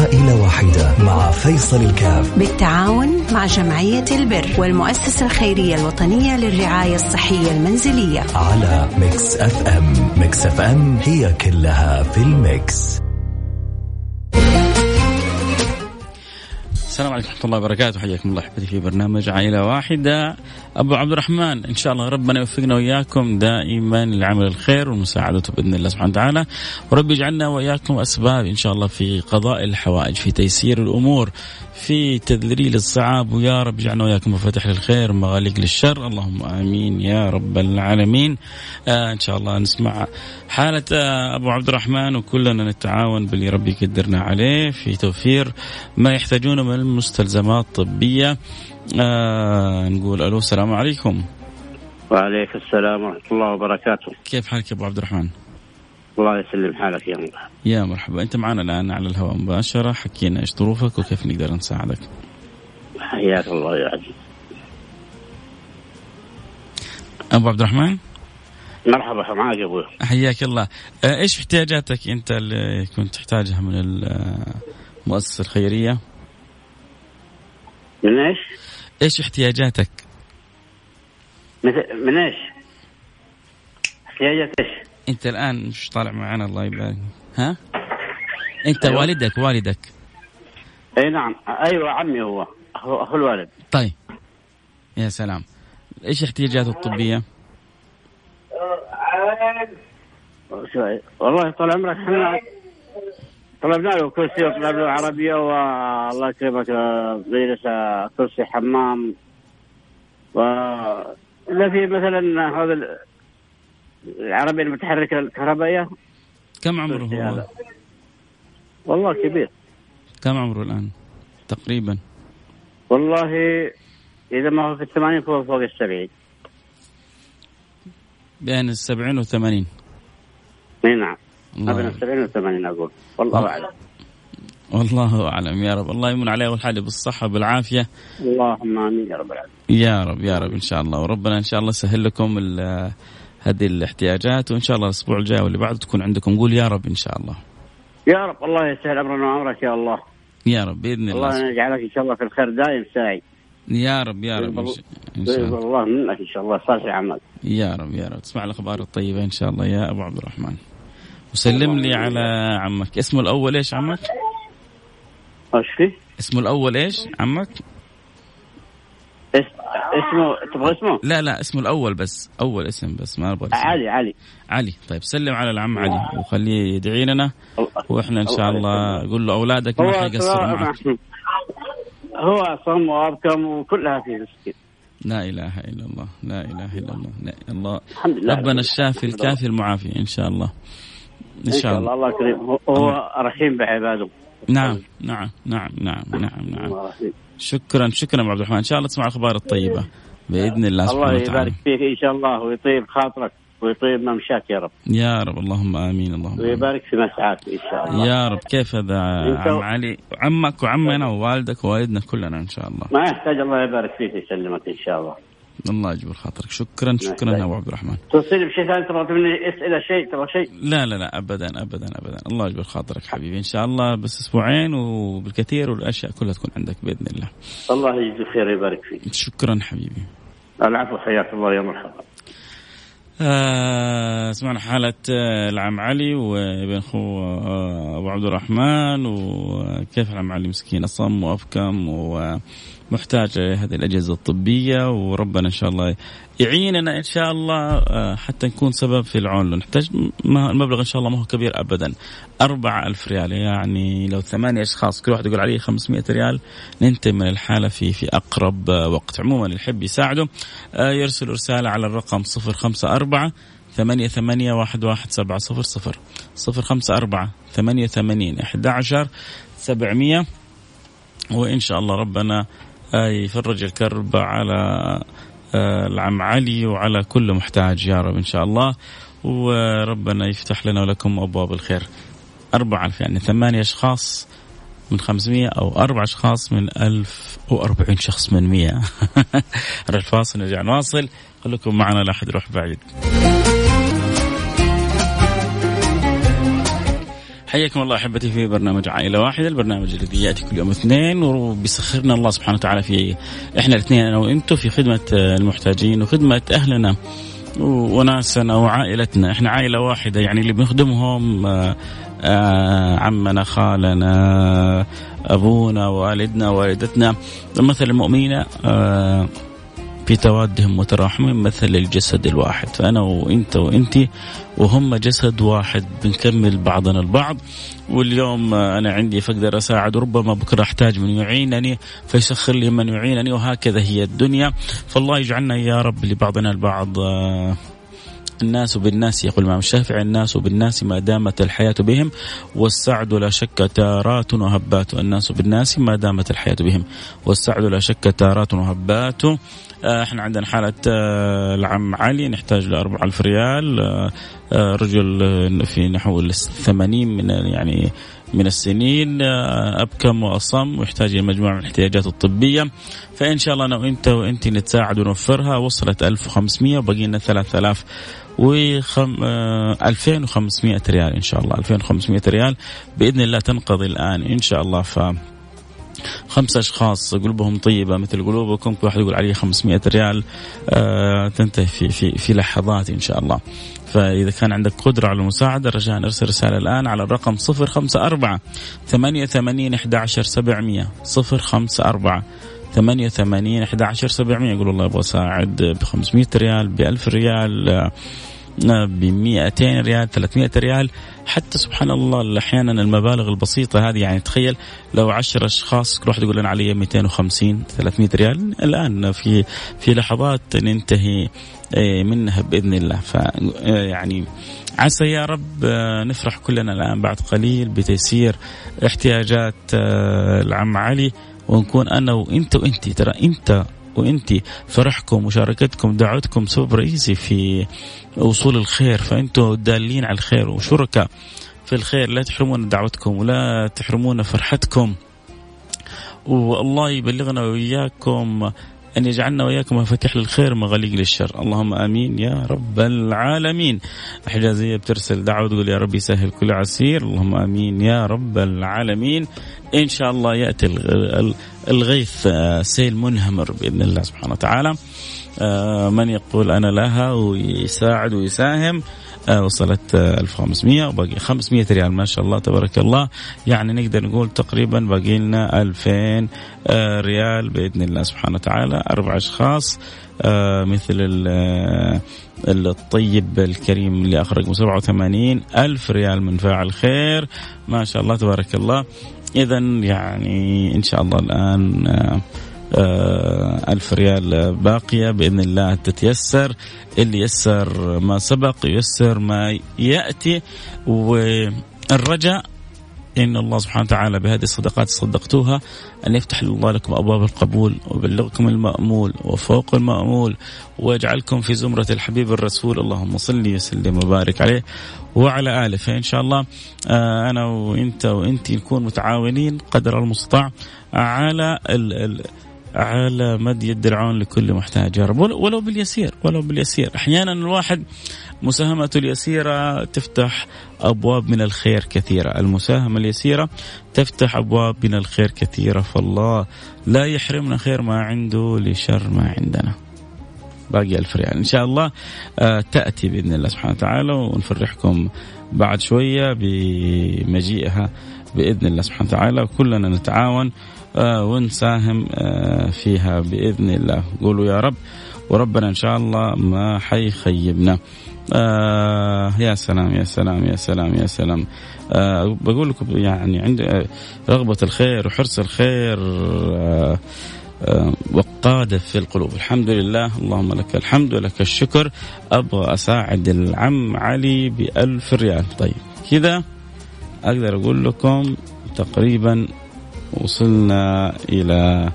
عائلة واحدة مع فيصل الكاف بالتعاون مع جمعية البر والمؤسسة الخيرية الوطنية للرعاية الصحية المنزلية على ميكس اف ام. ميكس اف ام هي كلها في الميكس. السلام عليكم ورحمة الله وبركاته، حياكم الله أحبتي في برنامج عائلة واحدة. أبو عبد الرحمن، إن شاء الله ربنا يوفقنا وإياكم دائما لعمل الخير ومساعدته بإذن الله سبحانه وتعالى، ورب يجعلنا وإياكم أسباب إن شاء الله في قضاء الحوائج، في تيسير الأمور، في تذليل الصعاب، ويا رب يجعلنا وإياكم مفاتيح للخير ومغاليق للشر، اللهم آمين يا رب العالمين. إن شاء الله نسمع حالة أبو عبد الرحمن، وكلنا نتعاون باللي ربي يقدرنا عليه في توفير ما يحتاجونه من المستلزمات الطبية. نقول ألو، السلام عليكم. وعليكم السلام ورحمة الله وبركاته. كيف حالك يا أبو عبد الرحمن؟ الله يسلم حالك يا مرحبا. يا مرحبا، أنت معنا الآن على الهواء مباشرة، حكينا إيش ظروفك وكيف نقدر نساعدك. حياك الله يا عزيز. أبو عبد الرحمن مرحبا، معك يا أبوي. حياك الله. إيش احتياجاتك أنت اللي كنت تحتاجها من المؤسسة الخيرية؟ من إيش؟ إيش احتياجاتك؟ من إيش؟ احتياجات إيش؟ أنت الآن مش طالع معنا، الله يبارك. ها؟ أنت أيوة. والدك؟ أي نعم، أيوة عمي، هو أخو الوالد. طيب يا سلام، إيش احتياجاته الطبية؟ والله طال عمرك احنا طلبنا له كرسي وطلبنا له عربية، والله يكرمك غير كرسي حمام، ولا في مثلا هذا العربية المتحركة الكهربائية. كم عمره هو؟ والله كبير. كم عمره الآن تقريبا؟ والله إذا ما هو في 80 فوق 70. بين 70 و80. نعم، بين 70 و80 أقول، والله أعلم. والله أعلم يا رب، الله يمن عليه والحالي بالصحة بالعافية. اللهم آمين يا رب العالمين. يا رب يا رب إن شاء الله، وربنا إن شاء الله يسهل لكم هذه الاحتياجات، وإن شاء الله الأسبوع الجاي واللي بعده تكون عندكم. قول يا رب إن شاء الله. يا رب، الله يسهل أمرنا وأمرك يا الله. يا رب بإذن الله. الله يجعلك إن شاء الله في الخير دائم ساعي. يا رب يا رب إن شاء الله. الله منك إن شاء الله صالح العمل. يا رب يا رب. تسمع الأخبار الطيبة إن شاء الله يا أبو عبد الرحمن. وسلم لي على عمك. اسمه الأول إيش عمك؟ إيش فيه؟ اسمه الأول إيش عمك؟ اسمه تبغى اسمه؟ لا اسمه الأول بس، أول اسم بس، ما أبغى علي. طيب سلم على العم علي وخليه يدعي لنا، وإحنا إن شاء الله قول له أولادك ما حيقصروا معك. هو صم وأبكم وكلها في مسكين. لا إله إلا الله، لا إله إلا الله، لا الله. الحمد لله ربنا الشافي الكافي المعافي إن شاء الله. إن شاء الله. الله كريم، هو رحيم بعباده. نعم. شكرا أبو عبد الرحمن، إن شاء الله تسمع الأخبار الطيبة بإذن الله سبحانه وتعالى. الله يبارك فيك إن شاء الله، ويطيب خاطرك ويطيب ممشاك يا رب. يا رب، اللهم آمين. اللهم ويبارك في مسعاك إن شاء الله يا رب. كيف هذا عم علي، عمك وعمنا ووالدك ووالدنا كلنا إن شاء الله. ما يحتاج، الله يبارك فيك يسلمك إن شاء الله. الله يجبر خاطرك. شكرا يا أبو عبد الرحمن. توصيني بشيء ثاني؟ تبغى مني أسئلة شيء؟ تبغى شيء؟ لا أبدا. الله يجبر خاطرك حبيبي إن شاء الله، بس أسبوعين وبالكثير، والأشياء كلها تكون عندك بإذن الله. الله يجزيك خير ويبارك فيك. شكرا حبيبي. العفو، حياك الله يا مرحبا. سمعنا حالة العم علي وابن أخوه أبو عبد الرحمن، وكيف العم علي مسكين أصم وأفكم ومحتاج هذه الأجهزة الطبية، وربنا إن شاء الله يعيننا إن شاء الله حتى نكون سبب في العون له. نحتاج المبلغ إن شاء الله ما هو كبير أبدا، 4000 ريال، يعني لو 8 أشخاص كل واحد يقول عليه 500 ريال ننتهي من الحالة في أقرب وقت. عموما اللي يحب يساعده يرسل رسالة على الرقم 054 881170 054 88 11700، وإن شاء الله ربنا يفرج الكرب على العم علي وعلى كل محتاج يا رب إن شاء الله، وربنا يفتح لنا ولكم أبواب الخير. 4000 يعني 8 أشخاص من 500، أو 4 أشخاص من 1000، و40 شخص من 100. نروح الفاصل نرجع نواصل، خليكم معنا لا أحد يروح بعيد. حياكم الله أحبتي في برنامج عائلة واحدة، البرنامج الذي يأتي كل يوم اثنين وبيسخرنا الله سبحانه وتعالى فيه إحنا الاثنين أنا وإنتو في خدمة المحتاجين وخدمة أهلنا وناسنا وعائلتنا. إحنا عائلة واحدة، يعني اللي بنخدمهم عمنا، خالنا، أبونا، والدنا، والدتنا. مثل المؤمنين في توادهم وتراحمهم مثل الجسد الواحد، فأنا وإنت وإنتي وهم جسد واحد، بنكمل بعضنا البعض. واليوم أنا عندي فأقدر أساعد، ربما بكرة أحتاج من يعينني فيسخر لي من يعينني، وهكذا هي الدنيا. فالله يجعلنا يا رب لبعضنا البعض. الناس بالناس، يقول الإمام الشافعي، الناس بالناس ما دامت الحياة بهم، والسعد لا شك تارات وهبات. الناس بالناس ما دامت الحياة بهم، والسعد لا شك تارات وهبات. احنا عندنا حالة العم علي نحتاج ل4,000 ريال، رجل في نحو 80 من السنين، أبكم وأصم، ويحتاج إلى مجموعة من الاحتياجات الطبية. فإن شاء الله أنا وإنت نتساعد ونوفرها. وصلت 1500 وبقي لنا 2500 ريال إن شاء الله. 2500 ريال بإذن الله تنقضي الآن إن شاء الله. 5 أشخاص قلوبهم طيبة مثل قلوبكم، كل واحد يقول عليه 500 ريال، تنتهي في لحظات إن شاء الله. فإذا كان عندك قدرة على المساعدة رجاء ارسل رسالة الآن على الرقم 054-88-11-700 054-88-11-700. يقول الله أبغى أساعد ب500 ريال، ب1000 ريال، ب200 ريال، 300 ريال، حتى سبحان الله أحيانا المبالغ البسيطة هذه. يعني تخيل لو 10 أشخاص كل واحد يقول أنا علي 250 300 ريال، الآن في لحظات ننتهي منها بإذن الله. يعني عسى يا رب نفرح كلنا الآن بعد قليل بتيسير احتياجات العم علي، ونكون أنا وإنت وإنتي. ترى إنت وإنتي فرحكم ومشاركتكم دعوتكم سبب رئيسي في وصول الخير، فأنتوا دالين على الخير وشركاء في الخير. لا تحرمونا دعوتكم ولا تحرمونا فرحتكم، والله يبلغنا وإياكم أن يجعلنا وإياكم مفاتيح للخير مغاليق للشر. اللهم آمين يا رب العالمين. حجازية بترسل دعوة تقول يا رب يسهل كل عسير. اللهم آمين يا رب العالمين. إن شاء الله يأتي الغيث سيل منهمر بإذن الله سبحانه وتعالى. من يقول أنا لها ويساعد ويساهم. وصلت 1500 وباقي 500 ريال، ما شاء الله تبارك الله. يعني نقدر نقول تقريبا باقي لنا 2000 ريال بإذن الله سبحانه وتعالى. 4 أشخاص مثل الطيب الكريم اللي أخرج 87,000 ريال من فاعل خير، ما شاء الله تبارك الله. إذن يعني إن شاء الله الآن 1000 ريال باقية بإذن الله تتيسر. اللي يسر ما سبق يسر ما يأتي، والرجاء إن الله سبحانه وتعالى بهذه الصدقات صدقتوها أن يفتح الله لكم أبواب القبول ويبلغكم المأمول وفوق المأمول، ويجعلكم في زمرة الحبيب الرسول. اللهم صل وسلم وبارك عليه وعلى آله. فإن شاء الله أنا وإنت وإنتي نكون متعاونين قدر المستطاع على مد يد العون لكل محتاج يا رب، ولو باليسير. أحيانا الواحد مساهمته اليسيرة تفتح أبواب من الخير كثيرة. المساهمة اليسيرة تفتح أبواب من الخير كثيرة، فالله لا يحرمنا خير ما عنده لشر ما عندنا. باقي 1000 ريال إن شاء الله تأتي بإذن الله سبحانه وتعالى، ونفرحكم بعد شوية بمجيئها بإذن الله سبحانه وتعالى، وكلنا نتعاون ونساهم فيها بإذن الله. قولوا يا رب، وربنا إن شاء الله ما حيخيبنا. يا سلام يا سلام يا سلام يا سلام. بقول لكم يعني عند رغبة الخير وحرص الخير وقادة في القلوب. الحمد لله، اللهم لك الحمد ولك الشكر. أبغى أساعد العم علي ب1000 ريال. طيب كذا أقدر أقول لكم تقريبا وصلنا إلى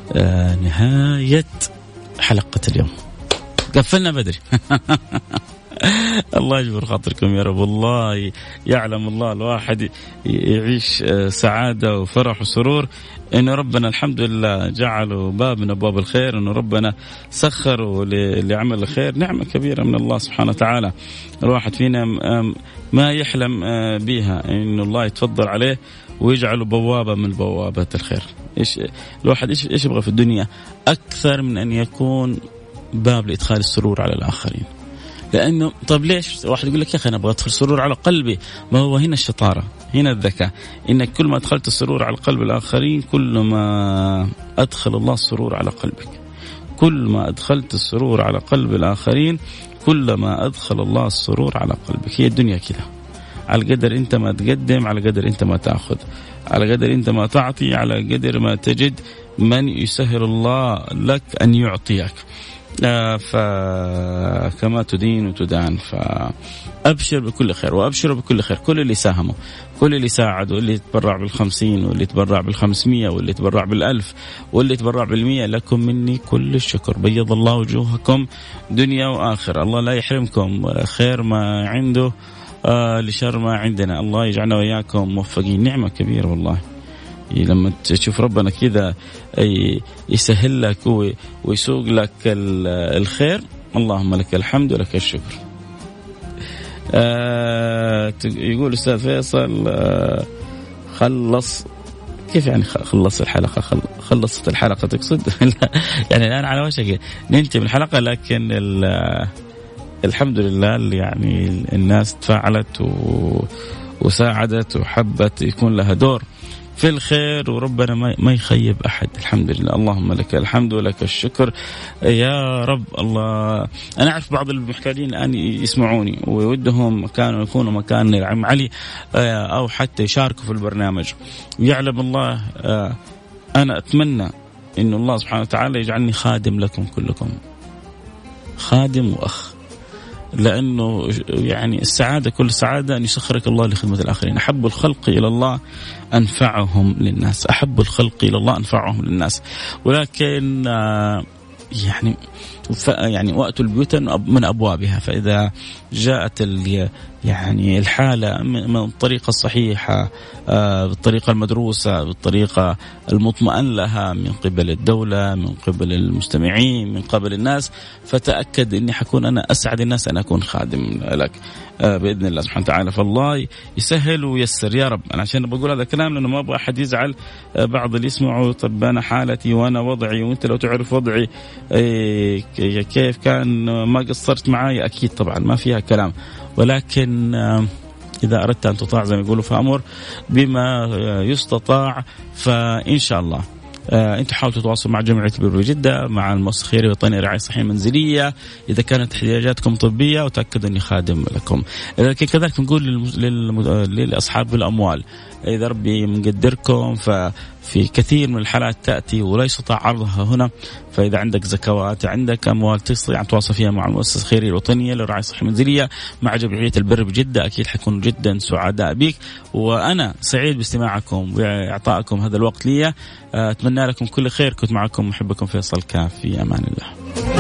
نهاية حلقة اليوم. قفلنا بدري. الله يجبر خاطركم يا رب. والله يعلم الله الواحد يعيش سعادة وفرح وسرور إنه ربنا الحمد لله جعله باب من أبواب الخير، إنه ربنا سخره لعمل الخير. نعمة كبيرة من الله سبحانه وتعالى، الواحد فينا ما يحلم بها إنه الله يتفضل عليه ويجعله بوابة من بوابات الخير. الواحد إيش يبغى في الدنيا أكثر من أن يكون باب لإدخال السرور على الآخرين؟ لأنه طب ليش واحد يقول لك يا أخي أنا أبغى أدخل سرور على قلبي؟ ما هو هنا الشطارة، هنا الذكاء، إنك كل ما أدخلت السرور على قلب الآخرين كل ما أدخل الله السرور على قلبك. كل ما أدخلت السرور على قلب الآخرين كل ما أدخل الله السرور على قلبك. هي الدنيا كده، على قدر أنت ما تقدم على قدر أنت ما تأخذ، على قدر أنت ما تعطي على قدر ما تجد من يسهل الله لك أن يعطيك. فكما تدين وتدان. فأبشر بكل خير وأبشر بكل خير. كل اللي ساهموا، كل اللي ساعدوا، واللي يتبرع بال50 واللي يتبرع بال500 واللي يتبرع بال1000 واللي يتبرع بال100، لكم مني كل الشكر. بيض الله وجوهكم دنيا وآخرة. الله لا يحرمكم خير ما عنده لشر ما عندنا. الله يجعلنا وإياكم موفقين. نعمة كبيرة والله لما تشوف ربنا كذا يسهل لك ويسوق لك الخير. اللهم لك الحمد ولك الشكر. يقول أستاذ فيصل خلص. كيف يعني خلص الحلقة؟ خلصت الحلقة تقصد؟ يعني الآن على وشك ننتهي من الحلقة، لكن الحمد لله يعني الناس تفاعلت وساعدت وحبت يكون لها دور في الخير، وربنا ما يخيب أحد. الحمد لله. اللهم لك الحمد ولك الشكر يا رب. الله أنا أعرف بعض المحتاجين الآن يسمعوني ويودهم كانوا يكونوا مكان العم علي أو حتى يشاركوا في البرنامج. يعلم الله أنا أتمنى إن الله سبحانه وتعالى يجعلني خادم لكم كلكم، خادم وأخ، لأنه يعني السعادة كل سعادة أن يسخرك الله لخدمة الآخرين. أحب الخلق إلى الله أنفعهم للناس، أحب الخلق إلى الله أنفعهم للناس. ولكن يعني وقت البيوت من أبوابها، فإذا جاءت يعني الحالة من الطريقة الصحيحة بالطريقة المدروسة بالطريقة المطمئن لها من قبل الدولة من قبل المستمعين من قبل الناس، فتأكد أني حكون أنا أسعد الناس أن أكون خادم لك بإذن الله سبحانه وتعالى. فالله يسهل ويسر يا رب. أنا عشان بقول هذا الكلام لأنه ما أبغى أحد يزعل بعض اللي يسمعوا طب أنا حالتي وأنا وضعي وأنت لو تعرف وضعي كيف كان ما قصرت معاي. أكيد طبعا ما فيها كلام، ولكن إذا أردت أن تطاع زي ما يقولوا فأمر بما يستطاع. فإن شاء الله أنتم حاولوا تتواصلوا مع جمعية البر بجدة مع المؤسسة الخيرية الوطنية للرعاية الصحية المنزلية إذا كانت احتياجاتكم طبية، وتأكدوا أني خادم لكم. لكن كذلك نقول لأصحاب الأموال إذا ربي مقدركم ففي كثير من الحالات تأتي ولا يستطاع عرضها هنا، فإذا عندك زكوات عندك أموال تستطيع أن تواصل فيها مع المؤسسة الخيرية الوطنية للرعاية الصحية المنزلية مع جمعية البر بجدة، أكيد حيكونوا جدا سعداء بك. وأنا سعيد باستماعكم وإعطائكم هذا الوقت لي. أتمنى لكم كل خير. كنت معكم محبكم فيصل كاف، في أمان الله.